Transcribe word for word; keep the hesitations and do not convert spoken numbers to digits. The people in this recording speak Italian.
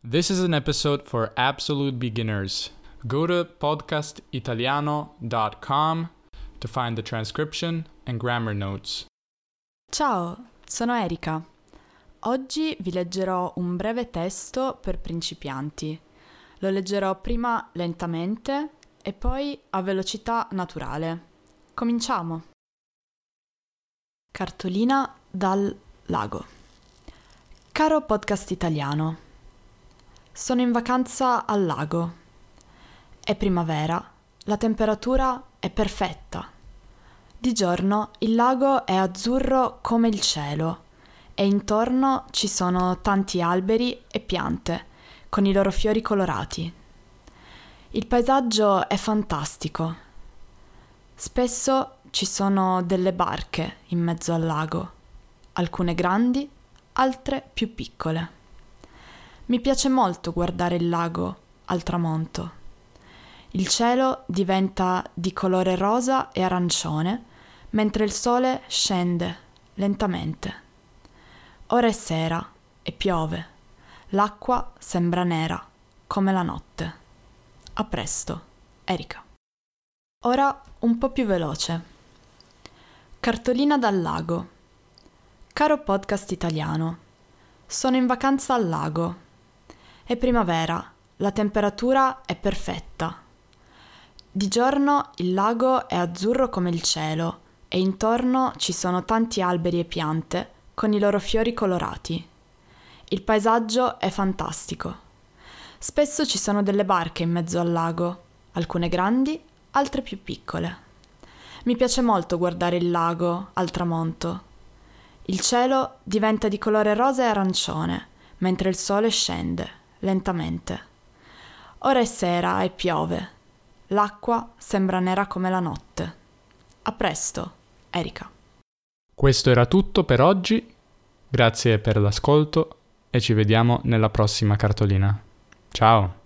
This is an episode for absolute beginners. Go to podcast italiano dot com to find the transcription and grammar notes. Ciao, sono Erika. Oggi vi leggerò un breve testo per principianti. Lo leggerò prima lentamente e poi a velocità naturale. Cominciamo! Cartolina dal lago. Caro podcast italiano, sono in vacanza al lago. È primavera, la temperatura è perfetta. Di giorno il lago è azzurro come il cielo e intorno ci sono tanti alberi e piante con i loro fiori colorati. Il paesaggio è fantastico. Spesso ci sono delle barche in mezzo al lago, alcune grandi, altre più piccole. Mi piace molto guardare il lago al tramonto. Il cielo diventa di colore rosa e arancione mentre il sole scende lentamente. Ora è sera e piove. L'acqua sembra nera come la notte. A presto, Erika. Ora un po' più veloce. Cartolina dal lago. Caro podcast italiano, sono in vacanza al lago. È primavera, la temperatura è perfetta. Di giorno il lago è azzurro come il cielo e intorno ci sono tanti alberi e piante con i loro fiori colorati. Il paesaggio è fantastico. Spesso ci sono delle barche in mezzo al lago, alcune grandi, altre più piccole. Mi piace molto guardare il lago al tramonto. Il cielo diventa di colore rosa e arancione mentre il sole scende lentamente. Ora è sera e piove. L'acqua sembra nera come la notte. A presto, Erika. Questo era tutto per oggi. Grazie per l'ascolto e ci vediamo nella prossima cartolina. Ciao!